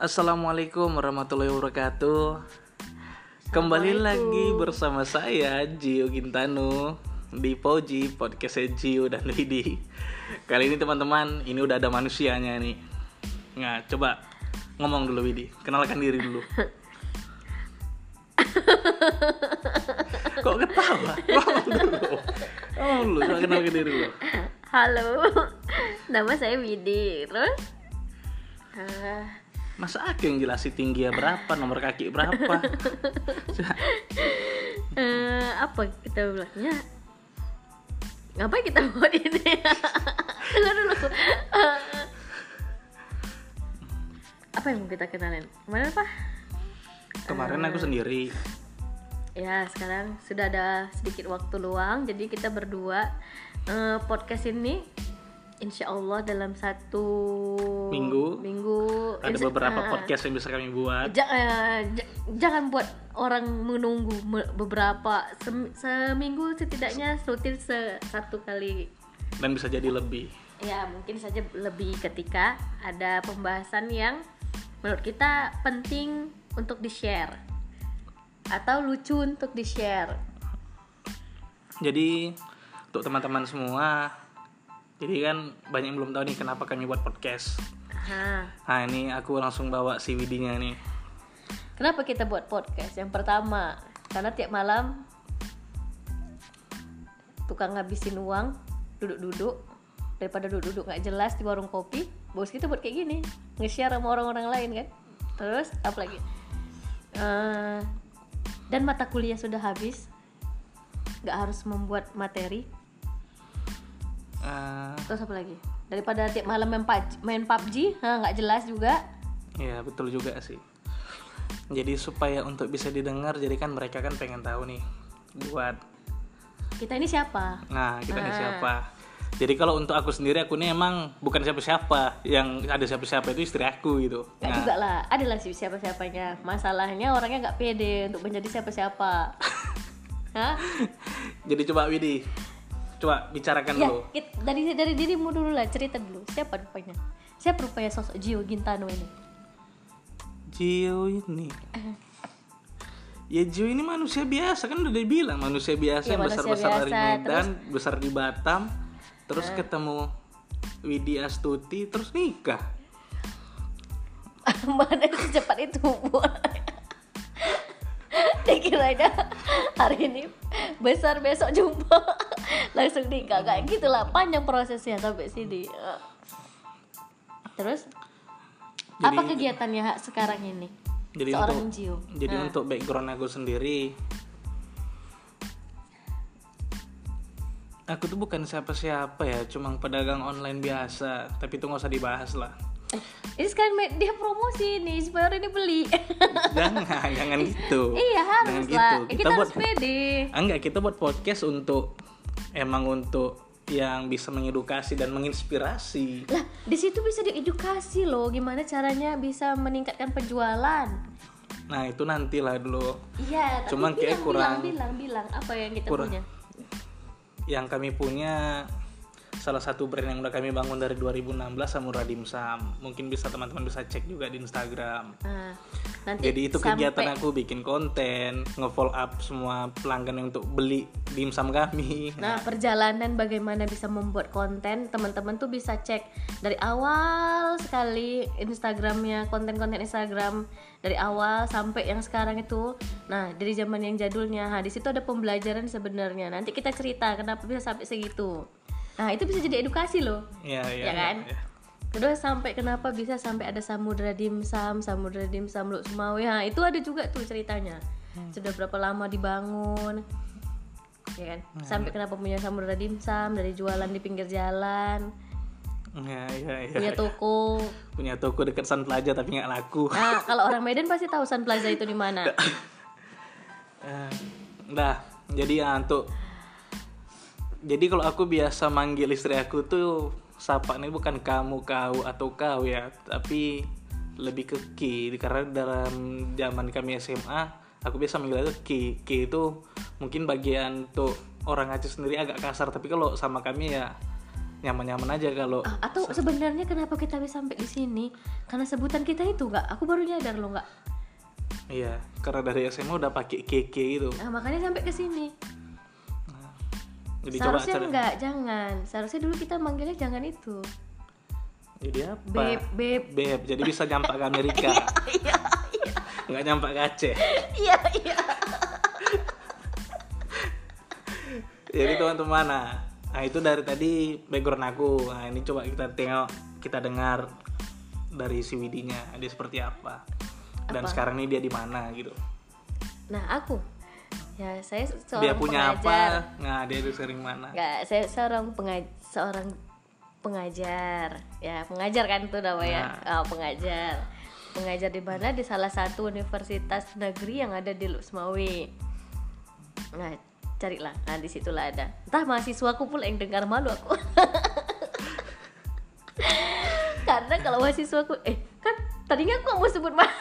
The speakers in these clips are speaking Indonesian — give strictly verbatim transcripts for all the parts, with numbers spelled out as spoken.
Assalamualaikum warahmatullahi wabarakatuh. Kembali lagi bersama saya Gio Gintano di Poji Podcast Gio dan Widi. Kali ini teman-teman, ini udah ada manusianya nih. Nah, coba ngomong dulu Widi, kenalkan diri dulu. Kok ketawa? Ngomong dulu. Ngomong dulu, coba kenalkan diri dulu. Halo, nama saya Widi. Terus? Uh, Masa aku yang jelasin tinggi berapa, nomor kaki berapa? uh, apa kita bilangnya? Ngapain kita buat ini? Tunggu dulu. Uh, apa yang mau kita kenalin? Kemarin apa? Kemarin uh, aku sendiri. Ya, sekarang sudah ada sedikit waktu luang, jadi kita berdua uh, podcast ini Insya Allah dalam satu minggu, minggu ada insya, beberapa uh, podcast yang bisa kami buat. j- uh, j- jangan buat orang menunggu me- beberapa sem- seminggu setidaknya rutin se- satu kali. Dan bisa jadi lebih. Ya mungkin saja lebih ketika ada pembahasan yang menurut kita penting untuk di-share atau lucu untuk di-share. Jadi untuk teman-teman semua, jadi kan banyak yang belum tahu nih kenapa kami buat podcast. Aha. Nah ini aku langsung bawa si Widinya nih. Kenapa kita buat podcast? Yang pertama, karena tiap malam tukang ngabisin uang, duduk-duduk, daripada duduk-duduk nggak jelas di warung kopi, bos kita buat kayak gini, nge-share sama orang-orang lain kan. Terus apa lagi? Uh, dan mata kuliah sudah habis, nggak harus membuat materi. Uh, Terus apa lagi? Daripada tiap malam main P U B G, main P U B G, nggak jelas juga. Ya betul juga sih. Jadi supaya untuk bisa didengar, jadi kan mereka kan pengen tahu nih buat kita ini siapa? Nah kita ini Ah. siapa. Jadi kalau untuk aku sendiri, aku ini emang bukan siapa-siapa. Yang ada siapa-siapa itu istri aku gitu. Nggak Nah, juga lah, adalah sih siapa-siapanya. Masalahnya orangnya nggak pede untuk menjadi siapa-siapa. Hah? jadi coba Widi, coba bicarakan Ya, dulu. kit- dari dari dirimu dulu lah, cerita dulu. Siapa rupanya? Siapa rupanya sosok Gio Gintano ini? Gio ini ya Gio ini manusia biasa, kan udah dibilang manusia biasa Ya, yang manusia besar-besar dari biasa, Medan, besar di Batam, terus Nah. ketemu Widi Astuti, terus nikah. Mana secepat itu buat? Dikiranya hari ini besar, besok jumpa langsung nikah, kayak gitulah, panjang prosesnya sampai sini. Terus Jadi- apa kegiatannya Hak, sekarang ini? Jadi Seorang untuk Gio. jadi Nah. untuk background aku sendiri, aku tuh bukan siapa-siapa ya, cuma pedagang online biasa. Tapi itu nggak usah dibahas lah. Eh, ini sekarang me- dia promosi nih supaya orang ini beli. Jangan, jangan gitu. Iya harus Jangan lah. gitu. Eh, kita, harus buat pede. Ah, enggak, kita buat podcast untuk emang untuk yang bisa mengedukasi dan menginspirasi. Lah, di situ bisa diedukasi loh, gimana caranya bisa meningkatkan penjualan. Nah itu nantilah dulu. Iya, tapi Cuman kayak bilang, kurang- bilang, bilang, bilang apa yang kita kurang- punya. Yang kami punya salah satu brand yang udah kami bangun dari dua ribu enam belas, Samudra Dimsum. Mungkin bisa teman-teman bisa cek juga di Instagram. Nah, nanti Jadi itu sampai- kegiatan aku bikin konten, nge-follow up semua pelanggan yang untuk beli dimsum kami. Nah, perjalanan bagaimana bisa membuat konten, teman-teman tuh bisa cek dari awal sekali Instagramnya, konten-konten Instagram dari awal sampai yang sekarang itu. Nah, dari zaman yang jadulnya, nah, di situ ada pembelajaran sebenarnya. Nanti kita cerita kenapa bisa sampai segitu. Nah, itu bisa jadi edukasi loh. Iya, iya. Ya kan? iya. Terus sampai kenapa bisa sampai ada Samudra Dimsum, Samudra Dimsum Luk Sumawe. Nah, itu ada juga tuh ceritanya. Sudah berapa lama dibangun. Ya kan? Sampai kenapa punya Samudra Dimsum, dari jualan di pinggir jalan, Iya, iya, iya. punya toko. Punya toko dekat Sun Plaza tapi nggak laku. Nah, kalau orang Medan pasti tahu Sun Plaza itu di mana. Eh, Nah, jadi ya untuk jadi kalau aku biasa manggil istri aku tuh sapa nih bukan kamu, kau atau kau ya, tapi lebih ke Ki. Karena dalam zaman kami S M A, aku biasa manggil itu Ki. Ki itu mungkin bagian untuk orang Aceh sendiri agak kasar, tapi kalau sama kami ya nyaman-nyaman aja kalau Ah, atau sebenarnya kenapa kita bisa sampai di sini? Karena sebutan kita itu nggak. Aku baru nyadar loh nggak. iya, karena dari S M A udah pakai keke gitu. Nah, makanya sampai ke sini. Jadi Seharusnya coba enggak, jangan. Seharusnya dulu kita manggilnya jangan itu. jadi apa? Beb, beb. Beb. Jadi bisa nyampak ke Amerika. Iya, iya. Nggak nyampak ke Aceh. Iya, iya. Jadi teman-teman, nah, nah itu dari tadi background aku. Nah ini coba kita tengok, kita dengar dari si Widinya dia seperti apa. Dan Apa? sekarang ini dia di mana gitu. Nah, aku ya saya seorang Dia punya pengajar. apa? Nah dia itu sering mana? Enggak, saya seorang pengaj seorang pengajar. Ya, pengajar kan itu namanya. Nah. Oh, pengajar. Pengajar di mana? Di salah satu universitas negeri yang ada di Luxmawe. Nah, carilah. Nah, disitulah ada. Entah mahasiswaku pula yang dengar, malu aku. Karena kalau mahasiswaku, eh kan tadinya aku mau sebut mah.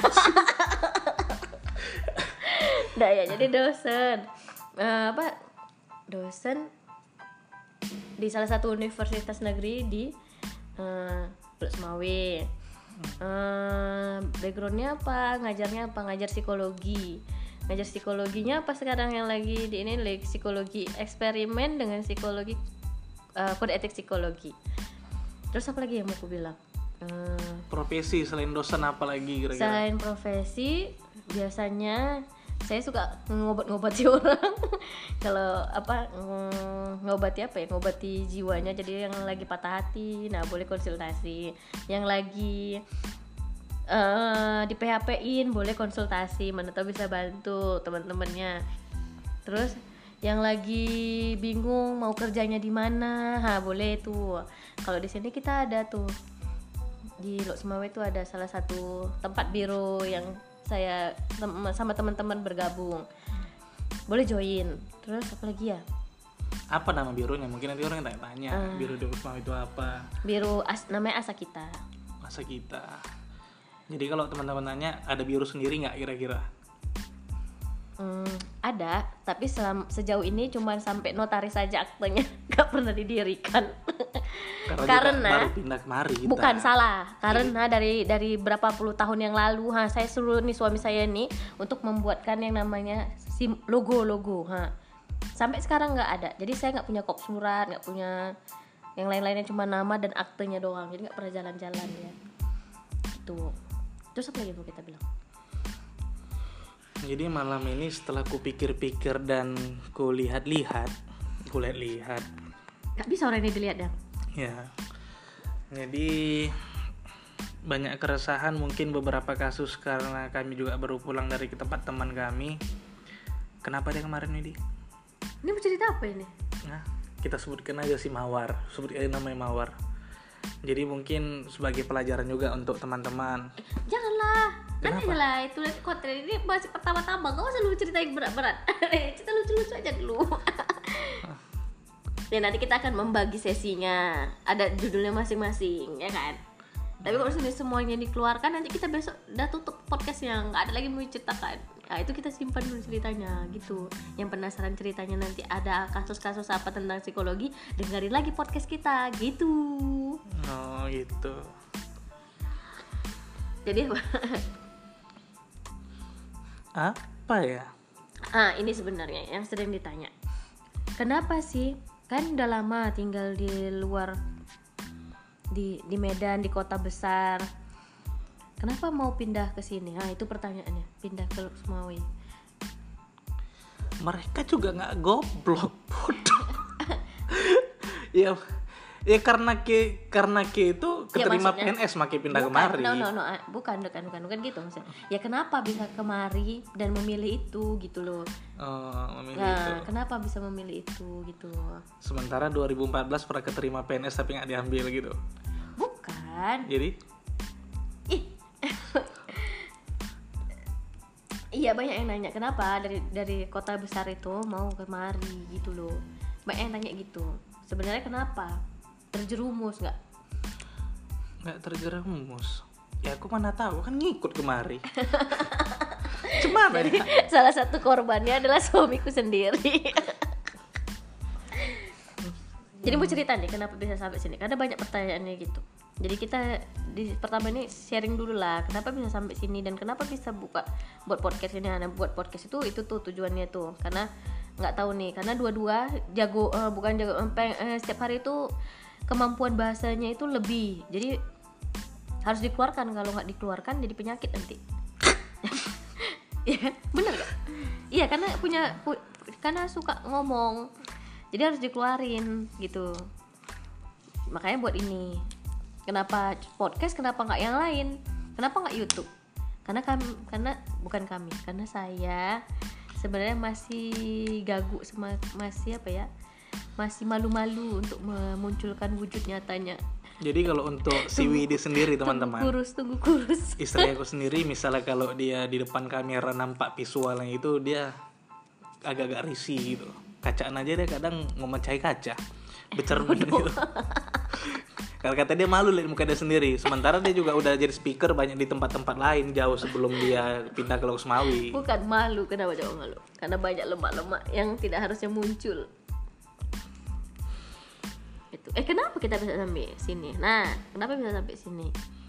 Nah ya, jadi dosen Eh, apa dosen di salah satu universitas negeri di uh, Luxmawe. Uh, backgroundnya apa, ngajarnya apa, ngajar psikologi. Ngajar psikologinya apa sekarang yang lagi di ini, like, psikologi eksperimen dengan psikologi, uh, kode etik psikologi. Terus apa lagi yang mau aku bilang? Uh, Profesi selain dosen apa lagi kira-kira? Selain profesi, biasanya saya suka ngobat-ngobati orang. Kalau apa mm, ngobati apa ya? Ngobati jiwanya. Jadi yang lagi patah hati, nah boleh konsultasi. Yang lagi uh, di P H P-in boleh konsultasi. Mana tahu bisa bantu teman-temannya. Terus yang lagi bingung mau kerjanya di mana, ha boleh tuh. Kalau di sini kita ada tuh di Luxmawe itu ada salah satu tempat biro yang saya tem- sama teman-teman bergabung, boleh join. Terus apa lagi ya? Apa nama bironya? Mungkin nanti orang tanya-tanya Uh. biro di Luxmawe itu apa. Biro as- namanya Asa Kita. Masa kita. Jadi kalau teman-teman tanya ada biro sendiri nggak kira-kira? Hmm, ada, tapi selam- sejauh ini cuma sampai notaris saja aktenya, nggak pernah didirikan. Karena, Karena- juga baru pindah kemari kita. Bukan salah, karena dari dari berapa puluh tahun yang lalu, ha, saya suruh nih suami saya nih untuk membuatkan yang namanya sim logo-logo, ha. Sampai sekarang nggak ada. Jadi saya nggak punya kop surat, nggak punya yang lain-lainnya, cuma nama dan aktenya doang. Jadi nggak pernah jalan-jalan ya. Itu. Terus apa lagi mau kita bilang? Jadi malam ini setelah ku pikir-pikir dan ku lihat-lihat, ku lihat-lihat, Nggak bisa orang ini dilihat ya. ya. Jadi banyak keresahan, mungkin beberapa kasus karena kami juga baru pulang dari ke tempat teman kami. Kenapa dia kemarin ini? Ini mau cerita apa ini? Nah, kita sebutkan aja si Mawar, sebut aja namanya Mawar. Jadi mungkin sebagai pelajaran juga untuk teman-teman. Janganlah. Nanti Kenapa? aja lah itu lihat konten ini masih pertama-tama. Gak usah lu ceritain berat-berat. Cerita lucu-lucu aja dulu. Ya nanti kita akan membagi sesinya. Ada judulnya masing-masing, ya kan? Tapi kalau ini semuanya dikeluarkan, nanti kita besok udah tutup podcastnya, nggak ada lagi mau diceritakan. Nah, itu kita simpan dulu ceritanya, gitu. Yang penasaran ceritanya nanti ada kasus-kasus apa tentang psikologi, dengerin lagi podcast kita, gitu. Oh gitu. Jadi apa? Apa ya? Ah, ini sebenarnya yang sering ditanya. Kenapa sih? Kan udah lama tinggal di luar, di di Medan, di kota besar. Kenapa mau pindah ke sini? Ah, itu pertanyaannya. Pindah ke Luxmawe. Mereka juga nggak goblok, bodoh. ya, ya karena ke karena ke itu keterima maksudnya- P N S makin pindah Bukan, kemari. No, no, no, ah, bukan, bukan, bukan, bukan gitu maksudnya. Ya kenapa bisa kemari dan memilih itu gitu loh. Oh, memilih Nah, itu. kenapa bisa memilih itu gitu? Sementara dua ribu empat belas pernah keterima P N S tapi nggak diambil gitu. Bukan. Jadi Ih. Iya, banyak yang nanya kenapa dari dari kota besar itu mau kemari gitu loh. Banyak yang tanya gitu. Sebenarnya kenapa? Terjerumus nggak? nggak terjerumus. Ya aku mana tahu, kan ngikut kemari. Cuman Jadi salah satu korbannya adalah suamiku sendiri. Jadi mau cerita nih kenapa bisa sampai sini, karena banyak pertanyaannya gitu. Jadi kita di pertama ini sharing dulu lah kenapa bisa sampai sini dan kenapa bisa buka buat podcast ini. Nah, buat podcast itu itu tuh tujuannya tuh karena nggak tahu nih, karena dua-dua jago uh, bukan jago uh, setiap hari itu kemampuan bahasanya itu lebih, jadi harus dikeluarkan. Kalau nggak dikeluarkan jadi penyakit nanti. Iya kan, bener gak? Iya, karena punya pu- karena suka ngomong, jadi harus dikeluarin gitu. Makanya buat ini. Kenapa podcast? Kenapa nggak yang lain? Kenapa nggak YouTube? Karena kami, karena bukan kami, karena saya sebenarnya masih gagu, sama masih apa ya? Masih malu-malu untuk memunculkan wujud nyatanya. Jadi kalau untuk si Widi sendiri teman-teman, tunggu kurus, tunggu kurus. Istri aku sendiri misalnya kalau dia di depan kamera nampak visualnya itu dia agak-agak risih gitu. Kacaan aja dia kadang mau mecahi kaca, bercermin gitu. Kalau kata dia malu lihat muka dia sendiri. Sementara dia juga udah jadi speaker banyak di tempat-tempat lain jauh sebelum dia pindah ke Loksmawi. Bukan malu, kenapa jauh malu? Karena banyak lemak-lemak yang tidak harusnya muncul. Itu. Eh kenapa kita bisa sampai sini? Nah, kenapa bisa sampai sini?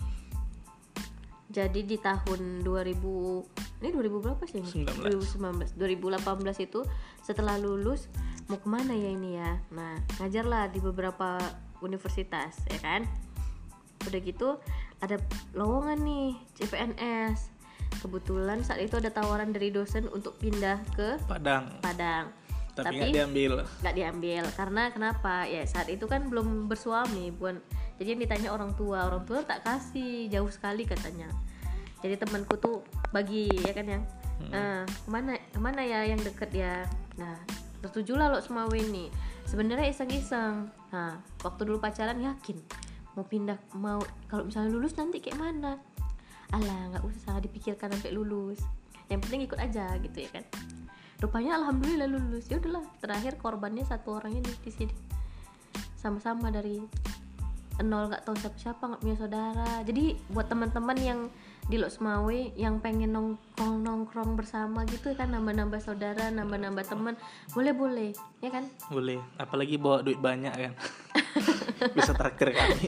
Jadi di tahun dua ribu, ini dua ribu berapa sih? sembilan belas. dua ribu sembilan belas, dua ribu delapan belas itu setelah lulus mau kemana ya ini ya? Nah, ngajarlah di beberapa universitas, ya kan? Udah gitu ada lowongan nih C P N S. Kebetulan saat itu ada tawaran dari dosen untuk pindah ke Padang. Padang. Tapi nggak diambil. Nggak diambil karena kenapa? Ya saat itu kan belum bersuami, bukan. Jadi yang ditanya orang tua, orang tua tak kasih, jauh sekali katanya. Jadi temanku tuh bagi ya kan ya. Hmm. Nah, kemana kemana ya yang deket ya? Nah, tertujulah Loksmawi ini. Sebenarnya iseng-iseng. Nah, waktu dulu pacaran yakin mau pindah, mau kalau misalnya lulus nanti kayak mana? Alah, nggak usah dipikirkan sampai lulus. Yang penting ikut aja gitu ya kan. Rupanya alhamdulillah lulus. Ya udahlah, terakhir korbannya satu orang ini di sini. Sama-sama dari nol, nggak tahu siapa-siapa, nggak punya saudara. Jadi buat teman-teman yang di Loksmawi yang pengen nongkrong nongkrong bersama gitu kan, nambah-nambah saudara, nambah-nambah teman, boleh-boleh ya kan? Boleh, apalagi bawa duit banyak kan. Bisa traktir kami.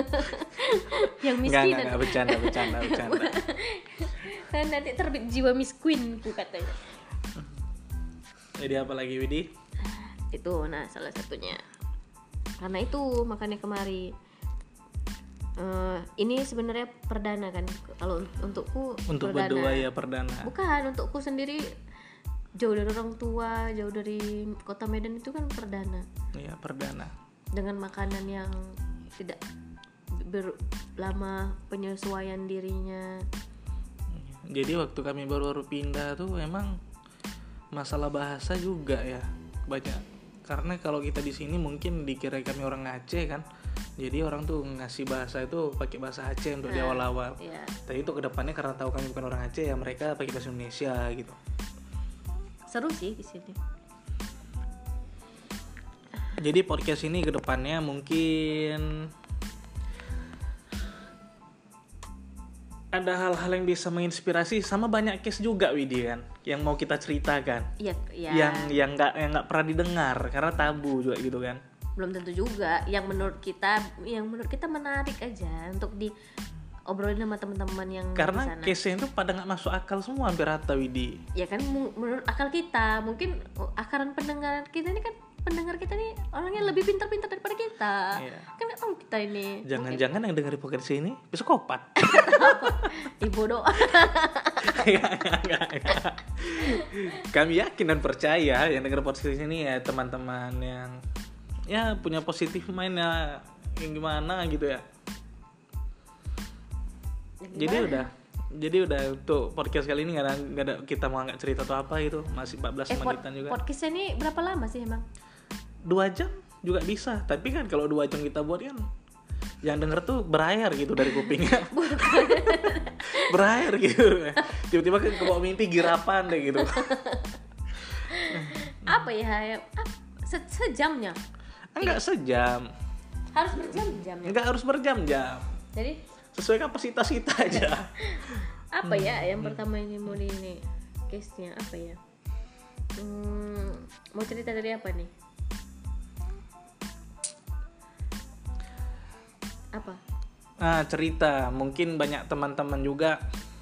Yang miskin. Enggak, enggak, bercanda, bercanda, bercanda. Kan nanti terbit jiwa miskin ku katanya. Jadi apa lagi Widi? Itu nah salah satunya. Karena itu makanya kemari. Uh, ini sebenarnya perdana kan kalau untukku untuk perdana. berdua ya perdana. Bukan, untukku sendiri jauh dari orang tua, jauh dari kota Medan itu kan perdana. Iya, perdana. Dengan makanan yang tidak ber, lama penyesuaian dirinya. Jadi waktu kami baru-baru pindah tuh emang masalah bahasa juga ya banyak. Karena kalau kita di sini mungkin dikira kami orang Aceh kan. Jadi orang tuh ngasih bahasa itu pakai bahasa Aceh untuk nah, di awal-awal. Iya. Tapi itu kedepannya karena tahu kami bukan orang Aceh ya mereka pakai bahasa Indonesia gitu. Seru sih di sini. Jadi podcast ini kedepannya mungkin ada hal-hal yang bisa menginspirasi sama banyak case juga Widi kan yang mau kita ceritakan. Iya, iya. Yang yang nggak yang nggak pernah didengar karena tabu juga gitu kan. Belum tentu juga yang menurut kita yang menurut kita menarik aja untuk di obrolin sama teman-teman yang karena di sana. case-nya itu pada nggak masuk akal semua hampir rata Widi. Ya kan menurut akal kita, mungkin akaran pendengar kita ini kan pendengar kita nih orangnya lebih pintar-pintar daripada kita. Iya. Kan nggak tahu kita ini. Jangan-jangan yang dengar podcast ini psikopat. Ibu doa. Kami yakin dan percaya yang dengar podcast ini ya teman-teman yang ya punya positif mind ya yang gimana gitu ya. ya jadi udah jadi udah untuk podcast kali ini nggak ada, nggak ada kita mau nggak cerita atau apa gitu, masih empat belas eh, menitan juga. Podcast ini berapa lama sih emang? Dua jam juga bisa, tapi kan kalau dua jam kita buat kan yang denger tuh berair gitu dari kupingnya. Berair gitu, tiba-tiba kan kebawa mimpi girapan deh gitu. Apa ya? Se- sejamnya? Enggak sejam. Harus berjam-jam ya? Enggak harus berjam-jam. Jadi? Sesuai kapasitas kita aja. Apa ya yang hmm. pertama ini mau di ini case-nya apa ya? Hmm, mau cerita dari apa nih? Apa? Nah, cerita. Mungkin banyak teman-teman juga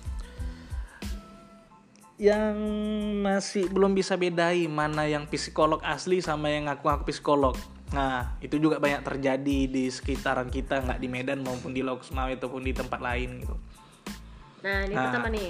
yang masih belum bisa bedai mana yang psikolog asli sama yang ngaku-ngaku psikolog. Nah, itu juga banyak terjadi di sekitaran kita, nggak di Medan maupun di Loksmawe ataupun di tempat lain gitu. Nah, ini Nah. pertama nih.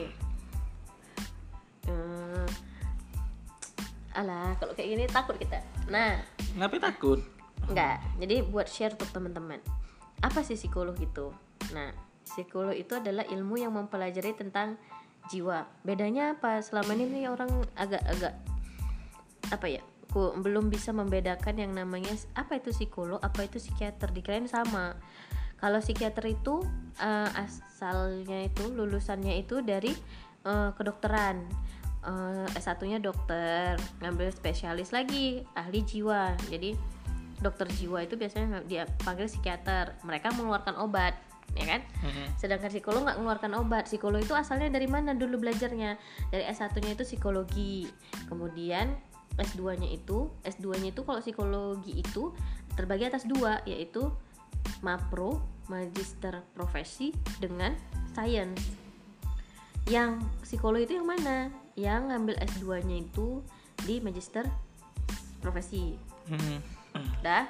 Hmm, alah, kalau kayak gini takut kita. Nah, Ngapain takut? enggak. Jadi buat share untuk teman-teman. Apa sih psikolog itu? Nah, psikolog itu adalah ilmu yang mempelajari tentang jiwa. Bedanya apa? Selama ini nih orang agak-agak apa ya? Ku belum bisa membedakan yang namanya apa itu psikolog, apa itu psikiater. Dikirain sama. Kalau psikiater itu uh, asalnya itu lulusannya itu dari uh, kedokteran. Uh, S satu-nya dokter, ngambil spesialis lagi ahli jiwa. Jadi dokter jiwa itu biasanya dia panggil psikiater. Mereka mengeluarkan obat, ya kan? Mm-hmm. Sedangkan psikolog nggak mengeluarkan obat. Psikolog itu asalnya dari mana dulu belajarnya? Dari S satu-nya itu psikologi. Kemudian S dua-nya itu, S dua-nya itu kalau psikologi itu terbagi atas dua, yaitu Mapro, Magister Profesi dengan Science. Yang psikolog itu yang mana? Yang ngambil S dua-nya itu di Magister Profesi. Mm-hmm. Dah.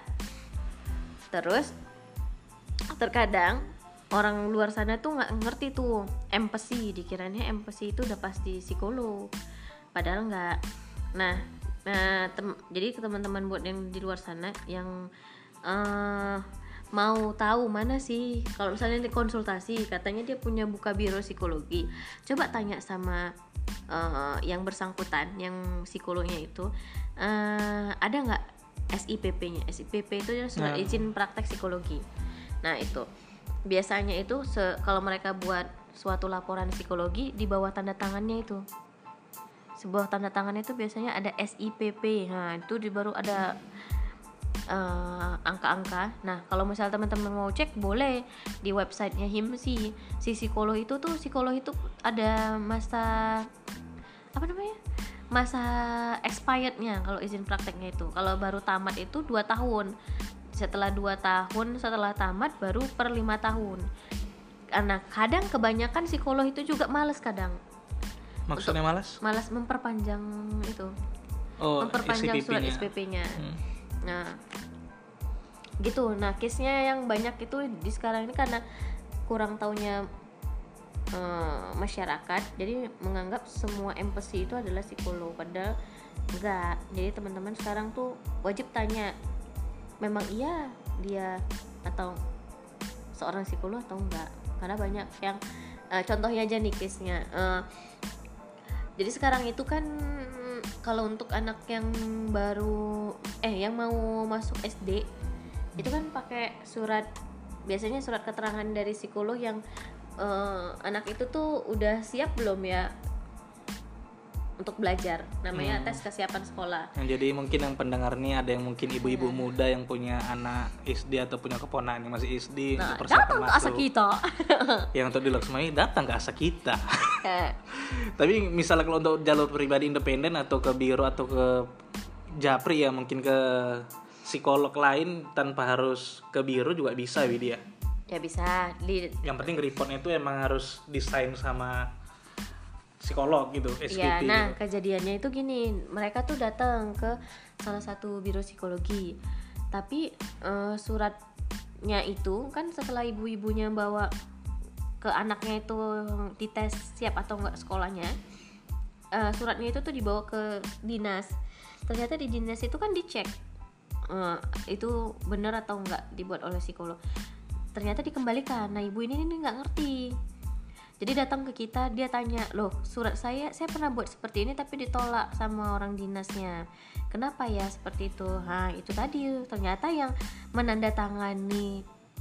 Terus terkadang orang luar sana tuh nggak ngerti tuh empati, dikiranya empati itu udah pasti psikolog, padahal nggak. Nah, nah tem- jadi ke teman-teman buat yang di luar sana yang uh, mau tahu mana sih kalau misalnya di konsultasi katanya dia punya buka biro psikologi, coba tanya sama uh, yang bersangkutan, yang psikolognya itu uh, ada nggak S I P P-nya. S I P P itu adalah surat Nah. izin praktek psikologi. Nah itu biasanya itu se- kalau mereka buat suatu laporan psikologi di bawah tanda tangannya itu, sebuah tanda tangannya itu biasanya ada S I P P. Nah itu di baru ada uh, angka-angka. Nah kalau misal teman-teman mau cek boleh di websitenya Himsi. Si psikolog itu tuh psikolog itu ada masa apa namanya? Masa expirednya kalau izin prakteknya itu. Kalau baru tamat itu dua tahun. Setelah dua tahun setelah tamat baru per lima tahun. Karena kadang kebanyakan psikolog itu juga malas kadang. Maksudnya malas? Malas memperpanjang itu. Oh, memperpanjang S I P P-nya. surat S P P-nya. Hmm. Nah, gitu. Nah, case-nya yang banyak itu di sekarang ini karena kurang taunya eh, masyarakat, jadi menganggap semua empati itu adalah psikolog, padahal enggak. Jadi teman-teman sekarang tuh wajib tanya, memang iya dia atau seorang psikolog atau enggak? Karena banyak yang eh, contohnya aja nih case-nya. Eh, jadi sekarang itu kan kalau untuk anak yang baru eh yang mau masuk S D itu kan pakai surat, biasanya surat keterangan dari psikolog yang uh, anak itu tuh udah siap belum ya untuk belajar, namanya Hmm. tes kesiapan sekolah. Nah, jadi mungkin yang pendengar nih ada yang mungkin ibu-ibu muda yang punya anak S D atau punya keponakan yang masih S D Nah, untuk persiapan datang ke asa masuk. kita. Yang untuk di Loksmawe datang ke asa kita. Eh, Tapi misalnya kalau untuk jalur pribadi independen atau ke biro atau ke japri ya mungkin ke psikolog lain tanpa harus ke biro juga bisa Widya. ya bisa di Yang penting reportnya itu emang harus desain sama psikolog gitu, S P P. ya. Nah, gitu. kejadiannya itu gini, mereka tuh datang ke salah satu biro psikologi, tapi eh, suratnya itu kan setelah ibu-ibunya bawa ke anaknya itu dites siap atau enggak sekolahnya, eh, suratnya itu tuh dibawa ke dinas. Ternyata di dinas itu kan dicek eh, itu benar atau enggak dibuat oleh psikolog. Ternyata dikembalikan. Nah, ibu ini ini nggak ngerti. Jadi datang ke kita, dia tanya, loh surat saya, saya pernah buat seperti ini tapi ditolak sama orang dinasnya. Kenapa ya seperti itu? Nah itu tadi, ternyata yang menandatangani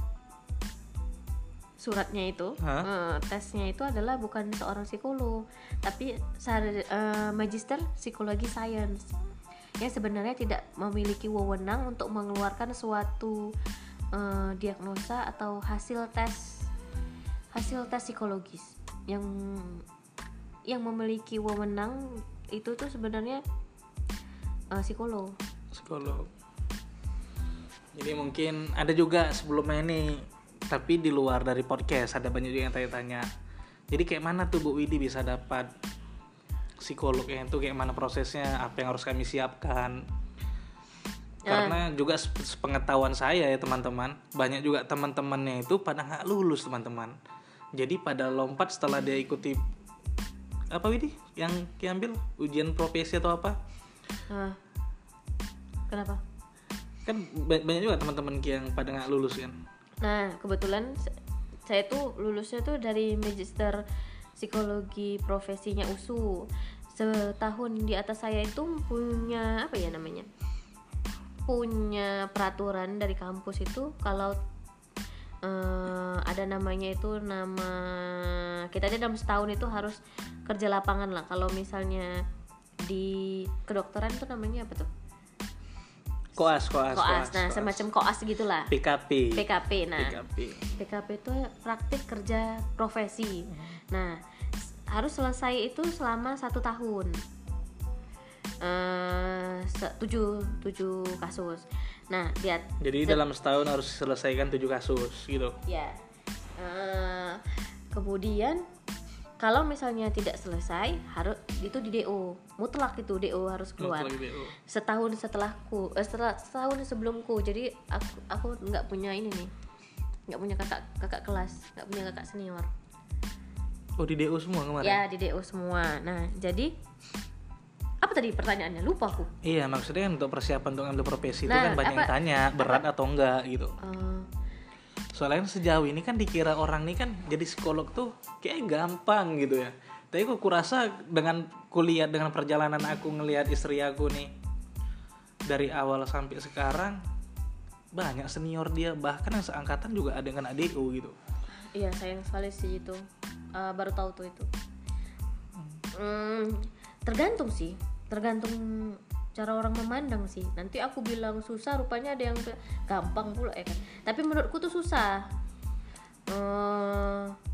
suratnya itu, eh, tesnya itu adalah bukan seorang psikolog, tapi sar, eh, magister psikologi sains. Yang sebenarnya tidak memiliki wewenang untuk mengeluarkan suatu eh, diagnosa atau hasil tes hasil tes psikologis. Yang yang memiliki wewenang itu tuh sebenarnya uh, psikolog. Psikolog. Jadi mungkin ada juga sebelumnya ini tapi di luar dari podcast ada banyak juga yang tanya-tanya. Jadi kayak mana tuh Bu Widi bisa dapat psikolognya itu, kayak mana prosesnya, apa yang harus kami siapkan? Karena juga sepengetahuan saya ya teman-teman, banyak juga teman-temannya itu pada nggak lulus teman-teman. Jadi pada lompat setelah dia ikuti apa Widi yang diambil ujian profesi atau apa? Uh, kenapa? Kan banyak juga teman-teman yang pada nggak lulus kan. Nah kebetulan saya tuh lulusnya tuh dari Magister Psikologi profesinya U S U. Setahun di atas saya itu punya apa ya namanya, punya peraturan dari kampus itu kalau uh, ada namanya itu nama kita aja dalam setahun itu harus kerja lapangan lah. Kalau misalnya di kedokteran tuh namanya apa tuh? Koas, koas, koas. koas Nah, koas. semacam koas gitulah. P K P. P K P. Nah, P K P. P K P itu praktik kerja profesi. Nah, harus selesai itu selama satu tahun. Uh, tujuh, tujuh kasus. Nah, lihat. Jadi se- dalam setahun harus selesaikan tujuh kasus gitu. Ya. Uh, kemudian kalau misalnya tidak selesai harus itu di D O, mutlak itu D O harus keluar. Mutlak D O. Setahun setelahku, eh, setelah setahun sebelumku. Jadi aku aku nggak punya ini nih, nggak punya kakak kakak kelas, nggak punya kakak senior. Oh di D O semua kemarin? Ya di D O semua. Nah jadi apa tadi pertanyaannya? Lupa aku. Iya maksudnya kan untuk persiapan untuk ambil profesi Nah, itu kan banyak apa- yang tanya berat apa- atau enggak gitu. Uh, Soalnya sejauh ini kan dikira orang nih kan jadi psikolog tuh kayak gampang gitu ya. Tapi kok kurasa dengan kuliah, dengan perjalanan aku ngelihat istri aku nih dari awal sampai sekarang banyak senior dia, bahkan yang seangkatan juga ada yang kena D O gitu. iya sayang sekali sih itu. Uh, baru tahu tuh itu. Hmm, tergantung sih, tergantung cara orang memandang sih. Nanti aku bilang susah, rupanya ada yang bilang gampang pula ya kan. Tapi menurutku tuh susah. Hmm,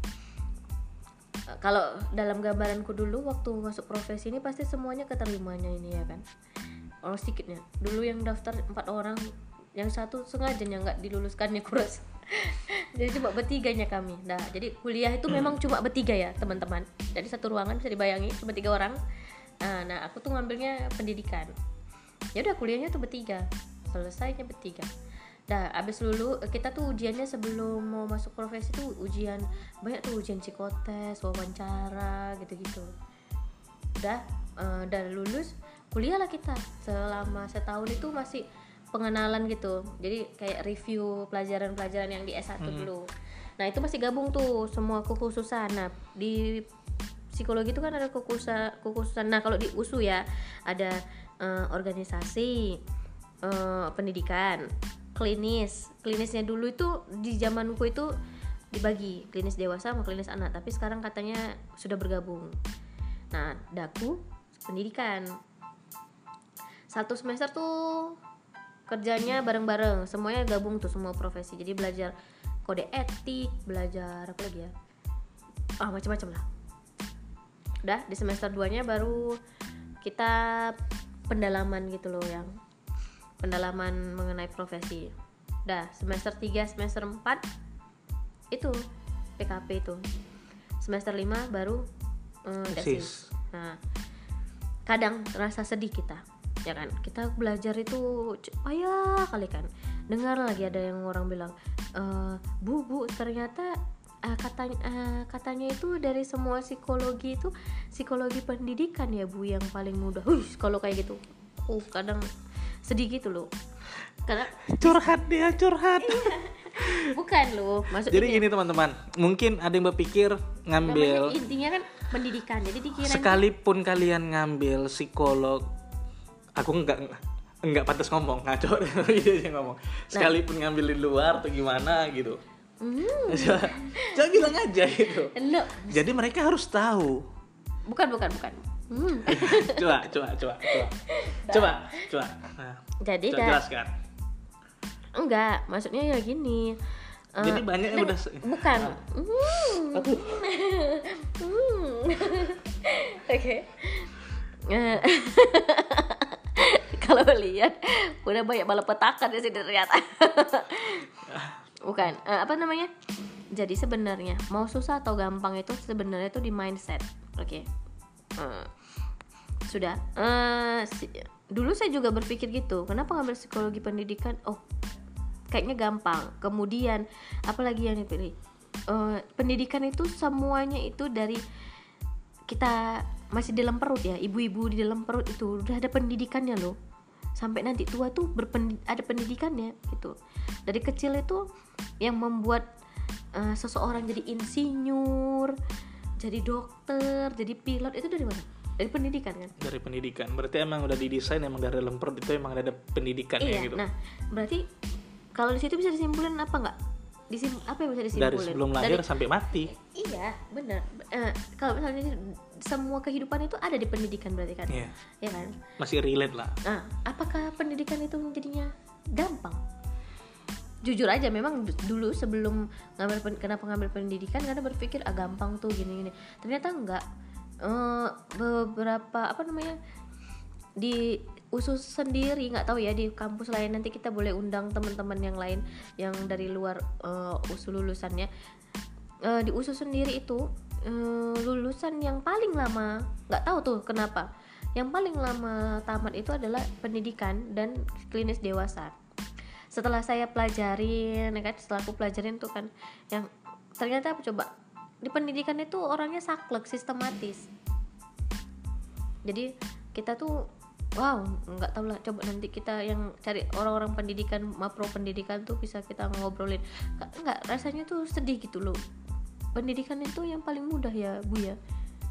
kalau dalam gambaranku dulu waktu masuk profesi ini pasti semuanya keterimanya ini ya kan. Orang sedikitnya. Dulu yang daftar empat orang, yang satu sengaja nggak diluluskannya kurus. Jadi cuma bertiganya kami. Nah, jadi kuliah itu memang cuma bertiga ya teman-teman. Jadi satu ruangan bisa dibayangi cuma tiga orang. Nah, nah aku tuh ngambilnya pendidikan. Ya udah kuliahnya tuh bertiga, selesainya bertiga. Dah abis lulu kita tuh ujiannya sebelum mau masuk profesi tuh ujian banyak tuh, ujian psikotes, wawancara gitu-gitu. Udah uh, udah lulus kuliah lah kita. Selama setahun itu masih pengenalan gitu. Jadi kayak review pelajaran-pelajaran yang di S satu hmm. dulu. Nah, itu masih gabung tuh semua kekhususan. Nah, di psikologi itu kan ada kekhususan kekhususan. Nah, kalau di U S U ya ada uh, organisasi, uh, pendidikan, klinis. Klinisnya dulu itu di zamanku itu dibagi klinis dewasa sama klinis anak, tapi sekarang katanya sudah bergabung. Nah, daku pendidikan. Satu semester tuh kerjanya bareng-bareng, semuanya gabung tuh semua profesi. Jadi belajar kode etik, belajar apa lagi ya? Ah, macam-macam lah. Udah di semester dua-nya baru kita pendalaman gitu loh, yang pendalaman mengenai profesi. Udah semester tiga, semester empat itu P K P itu. Semester lima baru um, tesis. Nah, kadang terasa sedih kita, ya kan? Kita belajar itu payah kali kan. Dengar lagi ada yang orang bilang, e, bu bu ternyata uh, katanya uh, katanya itu dari semua psikologi itu psikologi pendidikan ya bu yang paling mudah. Hush, kalau kayak gitu, uh kadang sedih gitu loh. Karena curhat dia curhat. Bukan loh, maksudnya jadi gini teman-teman, mungkin ada yang berpikir ngambil, namanya intinya kan pendidikan, jadi dikira sekalipun kalian ngambil psikolog, aku enggak enggak pantas ngomong, ngaco dia ngomong. Sekalipun nah. ngambil di luar atau gimana gitu. Hmm. Coba, coba bilang aja gitu. No. Jadi mereka harus tahu. Bukan, bukan, bukan. Hmm. coba, coba, coba, coba. Coba, coba. Nah, jadi coba jelaskan. Enggak, maksudnya ya gini. Uh, Jadi banyak yang udah bukan. Hmm. Oke. Kalau lihat udah banyak malapetaka di sini ternyata. Bukan, eh, apa namanya? Jadi sebenarnya mau susah atau gampang itu sebenarnya itu di mindset. Oke. Okay. Uh, sudah. Uh, si, dulu saya juga berpikir gitu. Kenapa ngambil psikologi pendidikan? Oh, kayaknya gampang. Kemudian apalagi yang dipilih? Uh, pendidikan itu semuanya itu dari kita masih di dalam perut ya, ibu-ibu di dalam perut itu udah ada pendidikannya loh. Sampai nanti tua tuh berpen, ada pendidikannya gitu. Dari kecil itu yang membuat uh, seseorang jadi insinyur, jadi dokter, jadi pilot itu dari mana? Dari pendidikan kan? Dari pendidikan. Berarti emang udah didesain emang dari dalam perut itu emang ada pendidikannya iya, gitu. Nah, berarti kalau di situ bisa disimpulin apa enggak? Disim, apa yang bisa disimpulin? Dari sebelum lahir dari, sampai mati. Iya, benar. Uh, kalau misalnya semua kehidupan itu ada di pendidikan berarti kan? Iya. Ya kan? Masih relate lah. Nah, apakah pendidikan itu jadinya gampang? Jujur aja, memang dulu sebelum ngambil kenapa ngambil pendidikan karena berpikir ah gampang tuh gini-gini. Ternyata enggak. Uh, beberapa apa namanya di usus sendiri, nggak tahu ya di kampus lain, nanti kita boleh undang teman-teman yang lain yang dari luar uh, usul lulusannya. Uh, di usus sendiri itu uh, lulusan yang paling lama, nggak tahu tuh kenapa, yang paling lama tamat itu adalah pendidikan dan klinis dewasa. Setelah saya pelajarin, ya kan, setelah aku pelajarin tuh kan, yang ternyata apa coba di pendidikan itu orangnya saklek, sistematis. Jadi kita tuh wow, nggak tahu lah, coba nanti kita yang cari orang-orang pendidikan, mapro pendidikan tuh bisa kita ngobrolin. Nggak, nggak rasanya tuh sedih gitu loh. Pendidikan itu yang paling mudah ya Bu ya.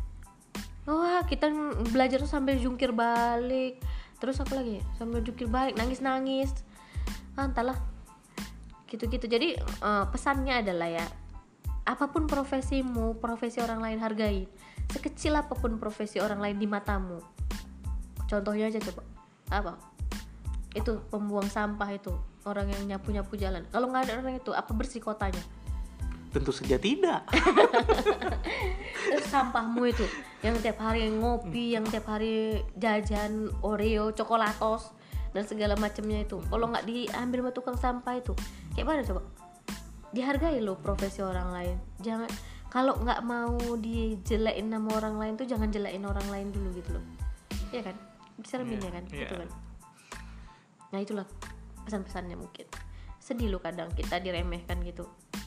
Wah, kita belajar tuh sambil jungkir balik, terus apa lagi? Sambil jungkir balik, nangis-nangis. Ah, entahlah. Gitu-gitu. Jadi uh, pesannya adalah ya, apapun profesimu, profesi orang lain hargai. Sekecil apapun profesi orang lain di matamu. Contohnya aja coba apa? Itu pembuang sampah itu, orang yang nyapu-nyapu jalan. Kalau nggak ada orang itu, apa bersih kotanya? Tentu saja tidak. Terus sampahmu itu, yang tiap hari ngopi, yang tiap hari jajan Oreo, coklatos dan segala macamnya itu. Kalau nggak diambil sama tukang sampah itu, kayak mana coba? Dihargai loh profesi orang lain. Jangan, kalau nggak mau dijelekin sama orang lain tuh jangan jelekin orang lain dulu gitu loh. Iya kan? Dicermin yeah, ya kan, yeah. Gitu kan. Nah itulah pesan-pesannya mungkin. Sedih loh kadang kita diremehkan gitu.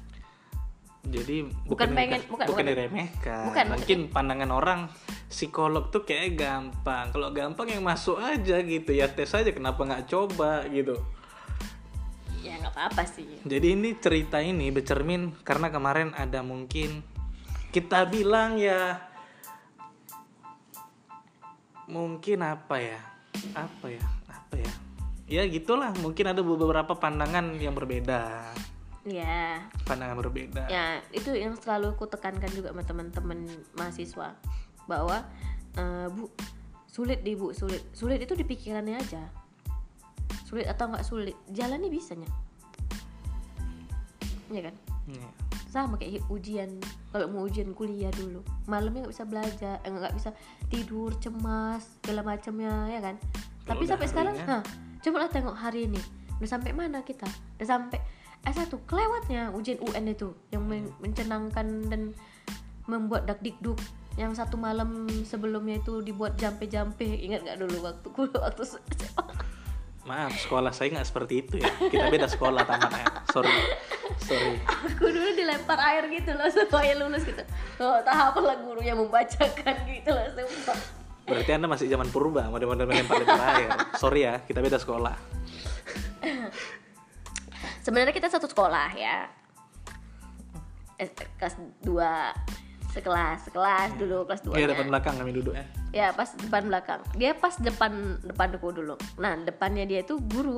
Jadi bukan, bukan pengen, bukan, bukan, bukan diremehkan. Bukan, mungkin maksudnya. Pandangan orang psikolog tuh kayak gampang. Kalau gampang yang masuk aja gitu ya, tes aja, kenapa nggak coba gitu. Ya nggak apa-apa sih. Jadi ini cerita ini bercermin karena kemarin ada mungkin kita bilang ya. Mungkin apa ya apa ya apa ya ya gitulah, mungkin ada beberapa pandangan yang berbeda ya pandangan berbeda ya itu yang selalu aku tekankan juga sama teman-teman mahasiswa bahwa uh, bu sulit di bu sulit sulit itu di pikirannya aja, sulit atau nggak sulit jalannya bisanya ya kan ya. Sama kayak ujian, kalau mau ujian kuliah dulu malamnya nggak bisa belajar, eh, nggak bisa tidur, cemas segala macamnya ya kan. Kalo tapi sampai sekarang ha, coba lah tengok hari ini udah sampai mana kita, udah sampai S satu kelewatnya ujian U N itu yang men- mencenangkan dan membuat dak-dikduk, yang satu malam sebelumnya itu dibuat jampe-jampe. Ingat nggak dulu waktu waktu maaf, sekolah saya nggak seperti itu ya, kita beda sekolah tamatnya. Sorry, sorry. Aku dulu dilempar air gitu loh supaya lulus gitu. Oh, tak apalah gurunya membacakan gitu loh, sumpah. Berarti Anda masih zaman purba, model-model melempar-lempar air. Sorry ya, kita beda sekolah. Sebenarnya kita satu sekolah ya. Eh, kelas dua sekelas, sekelas dulu kelas dua. Iya, depan belakang kami duduk ya. Ya, pas depan belakang. Dia pas depan depan aku dulu. Nah, depannya dia itu guru.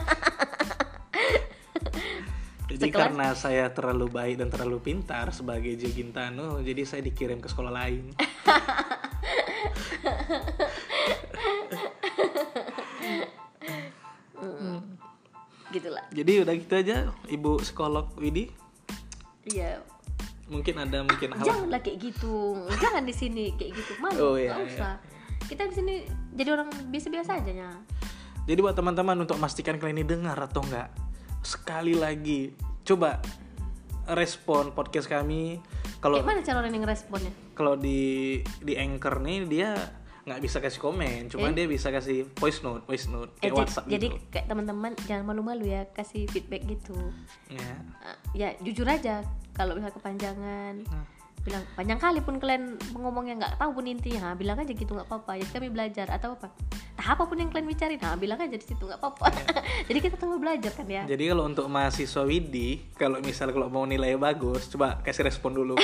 Jadi sekelas, karena saya terlalu baik dan terlalu pintar sebagai Gio Gintano, jadi saya dikirim ke sekolah lain. hmm. Gitulah. Jadi udah gitu aja, Ibu psikolog Widi. Iya. Mungkin ada mungkin hal. Janganlah kayak gitu. Jangan di sini kayak gitu. Malu, oh, iya, enggak usah. Iya. Kita di sini jadi orang biasa-biasa aja nya. Jadi buat teman-teman untuk memastikan kalian ini dengar atau enggak, sekali lagi coba respon podcast kami. Kalau Kayak mana cara orang yang responnya? kalau di di Anchor nih dia nggak bisa kasih komen, cuman Eh? dia bisa kasih voice note, voice note Eh, kayak jadi, WhatsApp jadi gitu. kayak teman-teman jangan malu-malu ya kasih feedback gitu. Ya. Ah, ya jujur aja kalau misalnya kepanjangan, Nah. bilang panjang kali pun kalian ngomongnya nggak tahu pun intinya, ha, bilang aja gitu nggak apa-apa. Jadi kami belajar atau apa, nah apapun yang kalian bicarain, nah bilang aja di situ nggak apa-apa. Jadi kita tambah belajar kan ya. Jadi kalau untuk mahasiswa Widi, kalau misal kalau mau nilai bagus, coba kasih respon dulu.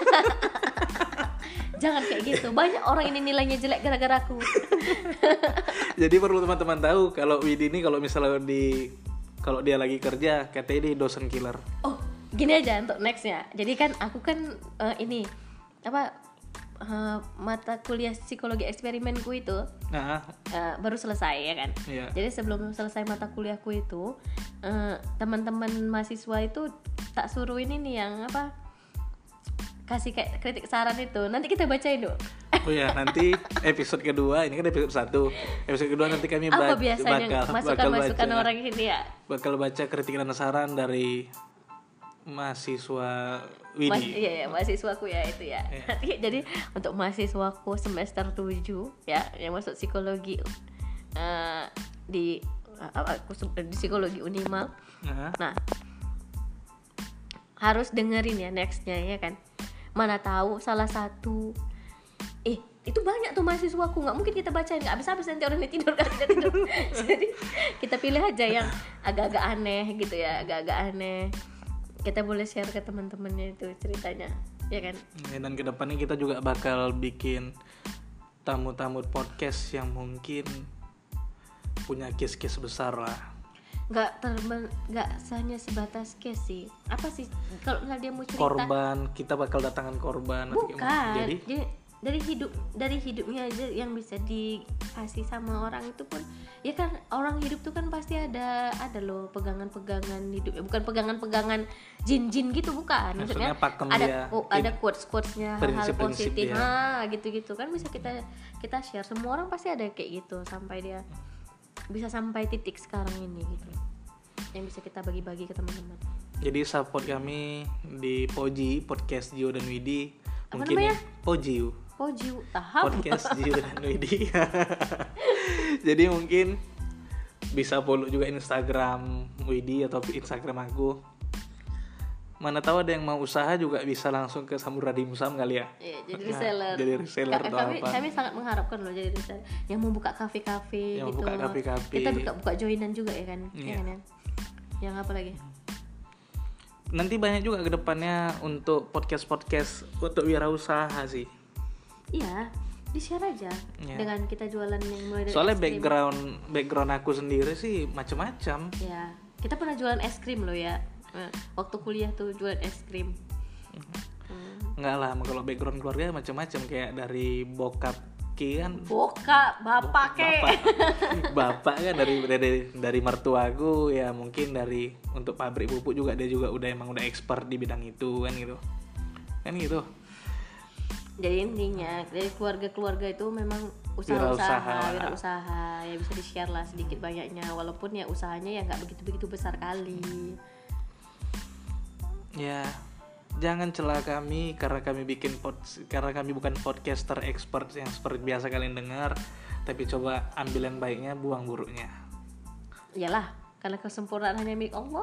Jangan kayak gitu. Banyak orang ini nilainya jelek gara-gara aku. Jadi perlu teman-teman tahu kalau Widi ini kalau misalnya di kalau dia lagi kerja, katanya dia dosen killer. Oh, gini aja untuk nextnya. Jadi kan aku kan eh, ini apa eh, mata kuliah psikologi eksperimenku itu Nah, eh, baru selesai ya kan. iya. Jadi sebelum selesai mata kuliahku itu eh, teman-teman mahasiswa itu tak suruh ini nih yang apa kasih kayak kritik saran itu. Nanti kita bacain dulu. Oh ya, nanti episode kedua, ini kan episode satu. Episode kedua nanti kami Apa ba- biasanya bakal masukan-masukan bakal baca, orang ini ya? bakal baca kritik dan saran dari mahasiswa Mas, Widi. iya ya, mahasiswaku ya itu ya. Iya. Nanti jadi untuk mahasiswaku semester tujuh ya yang masuk psikologi eh, di apa aku se- di psikologi Unima. Nah, Nah, harus dengerin ya nextnya ya kan. Mana tahu salah satu eh itu banyak tuh mahasiswaku, nggak mungkin kita bacain nggak habis-habis nanti orang ini tidur kan tidak tidur. Jadi kita pilih aja yang agak-agak aneh gitu ya, agak-agak aneh. Kita boleh share ke teman-temannya itu ceritanya, ya kan? ya, dan kedepannya kita juga bakal bikin tamu-tamu podcast yang mungkin punya case-case besar lah. Nggak terben nggak hanya sebatas case sih. Apa sih kalau misalnya dia mau cerita? Korban, kita bakal datangan korban. nanti Bukan. gimana? Jadi Jadi dari hidup dari hidupnya aja yang bisa dikasih sama orang itu pun ya kan orang hidup tuh kan pasti ada ada loh pegangan-pegangan hidup, bukan pegangan-pegangan jin-jin gitu bukan, Maksudnya pakem ada dia, oh, ada quotes-quotesnya hal-hal prinsip-prinsip positif dia. nah gitu-gitu kan bisa kita kita share, semua orang pasti ada kayak gitu sampai dia bisa sampai titik sekarang ini gitu yang bisa kita bagi-bagi ke teman-teman. Jadi support kami di Poji Podcast Gio dan Widi. Apa Mungkin namanya? Poji Oh jiu tahap Podcast Gio dan Widi. Jadi mungkin bisa follow juga Instagram Widi atau Instagram aku. Mana tahu ada yang mau usaha juga bisa langsung ke Samura Dimsum kali ya. Iya, jadi Nah, reseller. jadi reseller Ka- atau kami, apa. kami sangat mengharapkan loh jadi reseller. Yang mau buka kafe-kafe Yang gitu. buka kafe-kafe. Kita buka buka joinan juga ya kan? Iya. Ya kan ya? Yang apa lagi? Nanti banyak juga ke depannya untuk podcast-podcast untuk wirausaha sih. Iya, di-share aja Iya. dengan kita jualan yang mulai dari Soalnya es krim. background background aku sendiri sih macam-macam. Ya, kita pernah jualan es krim loh ya. Eh, Waktu kuliah tuh jualan es krim. Hmm. Enggak lah, kalau background keluarga macam-macam kayak dari bokap Ki kan Boka, bapak kek. bapak bapak kan dari dari dari mertuaku ya, mungkin dari untuk pabrik pupuk juga dia juga udah emang udah expert di bidang itu kan gitu kan gitu. Jadi intinya dari keluarga-keluarga itu memang Wirausaha. usaha-usaha, wirausaha ya bisa di-share lah sedikit banyaknya walaupun ya usahanya ya nggak begitu-begitu besar kali. Ya jangan celah kami karena kami bikin pod, karena kami bukan podcaster expert yang seperti biasa kalian dengar, tapi coba ambil yang baiknya, buang buruknya. Iyalah, karena kesempurnaan hanya milik Allah.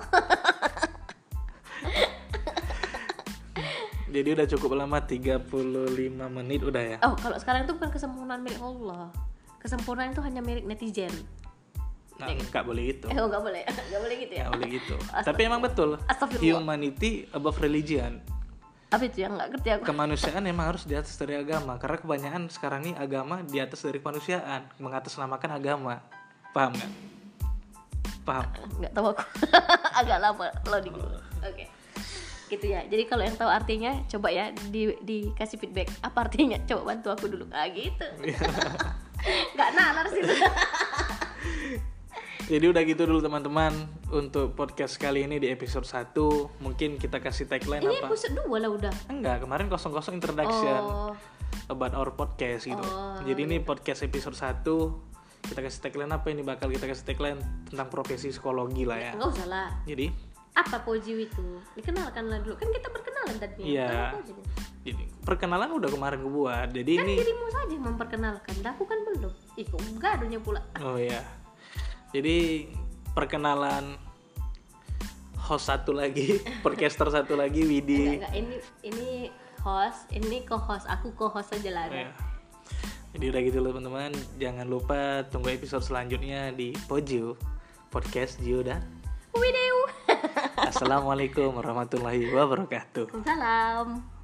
Jadi udah cukup lama, tiga puluh lima menit udah ya. Oh, kalau sekarang itu bukan kesempurnaan milik Allah. Kesempurnaan itu hanya milik netizen. Nah, nggak boleh gitu. Eh, oh, nggak boleh. Nggak boleh gitu ya. Nggak boleh gitu. Tapi emang betul. Astagfirullah. Humanity above religion. Apa itu yang nggak ngerti aku? Kemanusiaan emang harus di atas dari agama. Karena kebanyakan sekarang nih agama di atas dari kemanusiaan, mengatasnamakan agama. Paham nggak? Paham. Nggak tahu aku. Agak lama loading. Oke. Gitu ya. Jadi kalau yang tahu artinya coba ya di dikasih feedback. Apa artinya? Coba bantu aku dulu. Ah gitu. Nggak nalar sih. Jadi udah gitu dulu teman-teman untuk podcast kali ini di episode satu. Mungkin kita kasih tagline Ini apa? episode dua lah udah. Enggak, kemarin kosong-kosong introduction Oh. about our podcast gitu. Oh, Jadi ini podcast episode satu. Kita kasih tagline apa ini? Bakal kita kasih tagline tentang profesi psikologi lah ya. Enggak usah lah. Jadi Apa Pojiu itu? Dikenalkanlah dulu. Kan kita berkenalan tadi. Iya. Jadi perkenalan udah kemarin gue buat. Jadi Kan ini dirimu saja yang memperkenalkan. Dah aku kan belum. Ih, kok gaduhnya pula. Oh ya. Jadi perkenalan host satu lagi, podcaster satu lagi, Widi. Enggak, enggak. Ini ini host, ini co-host. Aku co-host aja lah. Oh, ya. Jadi udah gitu loh teman-teman. Jangan lupa tunggu episode selanjutnya di Pojiu Podcast Jiu dan Wideu. Assalamualaikum warahmatullahi wabarakatuh. Salam.